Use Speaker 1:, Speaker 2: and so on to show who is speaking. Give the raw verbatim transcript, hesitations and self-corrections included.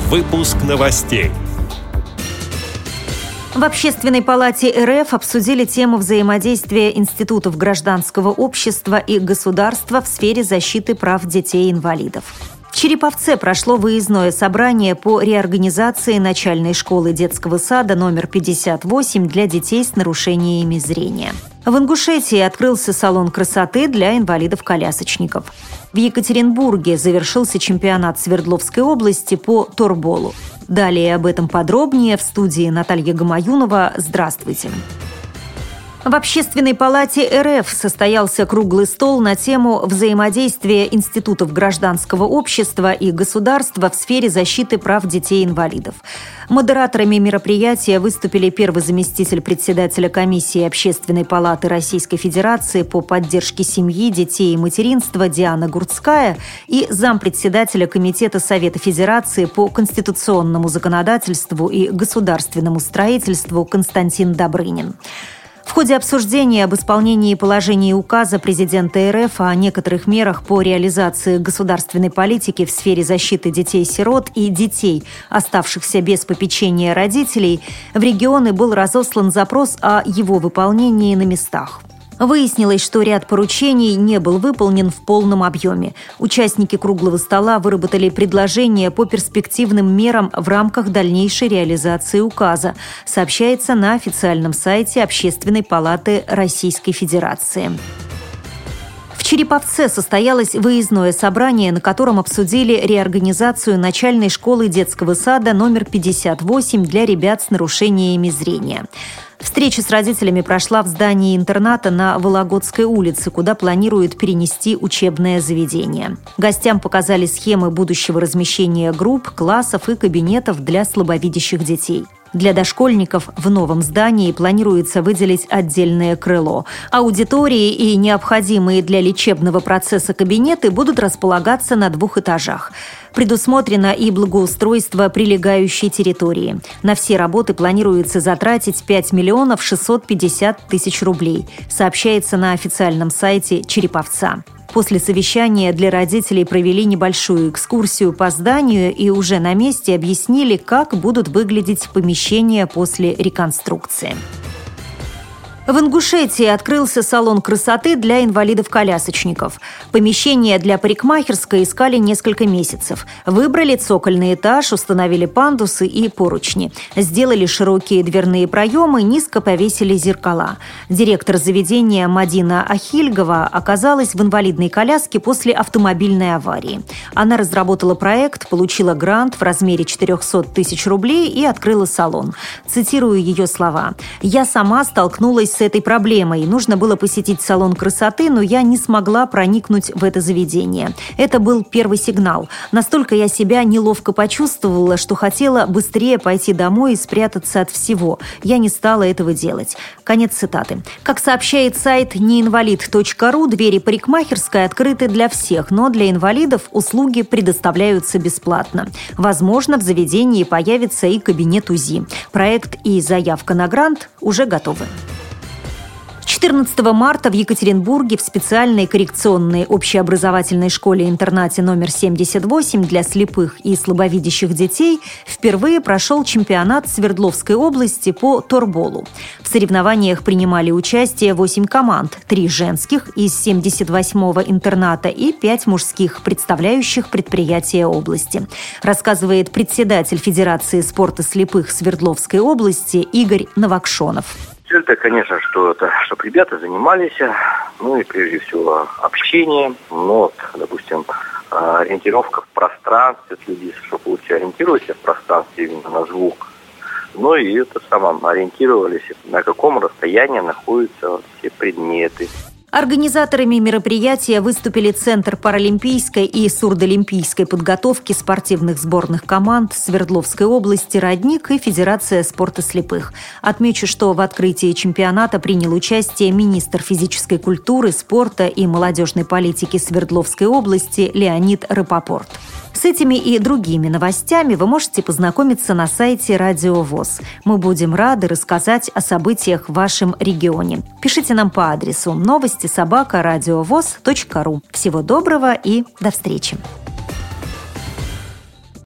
Speaker 1: Выпуск новостей.
Speaker 2: В Общественной палате эр эф обсудили тему взаимодействия институтов гражданского общества и государства в сфере защиты прав детей-инвалидов. В Череповце прошло выездное собрание по реорганизации начальной школы детского сада номер пятьдесят восемь для детей с нарушениями зрения. В Ингушетии открылся салон красоты для инвалидов-колясочников. В Екатеринбурге завершился чемпионат Свердловской области по торболу. Далее об этом подробнее в студии Наталья Гамаюнова. Здравствуйте. В Общественной палате эр эф состоялся круглый стол на тему взаимодействия институтов гражданского общества и государства в сфере защиты прав детей-инвалидов. Модераторами мероприятия выступили первый заместитель председателя комиссии Общественной палаты Российской Федерации по поддержке семьи, детей и материнства Диана Гурцкая и зампредседателя Комитета Совета Федерации по конституционному законодательству и государственному строительству Константин Добрынин. В ходе обсуждения об исполнении положений указа президента эр эф о некоторых мерах по реализации государственной политики в сфере защиты детей-сирот и детей, оставшихся без попечения родителей, в регионы был разослан запрос о его выполнении на местах. Выяснилось, что ряд поручений не был выполнен в полном объеме. Участники круглого стола выработали предложения по перспективным мерам в рамках дальнейшей реализации указа, сообщается на официальном сайте Общественной палаты Российской Федерации. В Череповце состоялось выездное собрание, на котором обсудили реорганизацию начальной школы детского сада номер пятьдесят восемь для ребят с нарушениями зрения. Встреча с родителями прошла в здании интерната на Вологодской улице, куда планируют перенести учебное заведение. Гостям показали схемы будущего размещения групп, классов и кабинетов для слабовидящих детей. Для дошкольников в новом здании планируется выделить отдельное крыло. Аудитории и необходимые для лечебного процесса кабинеты будут располагаться на двух этажах. Предусмотрено и благоустройство прилегающей территории. На все работы планируется затратить пять миллионов шестьсот пятьдесят тысяч рублей, сообщается на официальном сайте Череповца. После совещания для родителей провели небольшую экскурсию по зданию и уже на месте объяснили, как будут выглядеть помещения после реконструкции. В Ингушетии открылся салон красоты для инвалидов-колясочников. Помещение для парикмахерской искали несколько месяцев. Выбрали цокольный этаж, установили пандусы и поручни. Сделали широкие дверные проемы, низко повесили зеркала. Директор заведения Мадина Ахильгова оказалась в инвалидной коляске после автомобильной аварии. Она разработала проект, получила грант в размере четыреста тысяч рублей и открыла салон. Цитирую ее слова. «Я сама столкнулась с этой проблемой. Нужно было посетить салон красоты, но я не смогла проникнуть в это заведение. Это был первый сигнал. Настолько я себя неловко почувствовала, что хотела быстрее пойти домой и спрятаться от всего. Я не стала этого делать». Конец цитаты. Как сообщает сайт неинвалид точка ру, двери парикмахерской открыты для всех, но для инвалидов услуги предоставляются бесплатно. Возможно, в заведении появится и кабинет УЗИ. Проект и заявка на грант уже готовы. четырнадцатого марта в Екатеринбурге в специальной коррекционной общеобразовательной школе-интернате номер семьдесят восемь для слепых и слабовидящих детей впервые прошел чемпионат Свердловской области по торболу. В соревнованиях принимали участие восемь команд, три женских из семьдесят восьмого интерната и пять мужских, представляющих предприятия области, рассказывает председатель Федерации спорта слепых Свердловской области Игорь Новокшонов.
Speaker 3: Цель-то, конечно, что это, чтобы ребята занимались, ну и прежде всего общение, ну, вот, допустим, ориентировка в пространстве, люди, чтобы лучше ориентировались в пространстве именно на звук, ну и это самое, ориентировались, на каком расстоянии находятся все предметы.
Speaker 2: Организаторами мероприятия выступили Центр паралимпийской и сурдоолимпийской подготовки спортивных сборных команд Свердловской области «Родник» и Федерация спорта слепых. Отмечу, что в открытии чемпионата принял участие министр физической культуры, спорта и молодежной политики Свердловской области Леонид Рапопорт. С этими и другими новостями вы можете познакомиться на сайте Радио ВОС. Мы будем рады рассказать о событиях в вашем регионе. Пишите нам по адресу новости собака радиовос точка ру. Всего доброго и до встречи!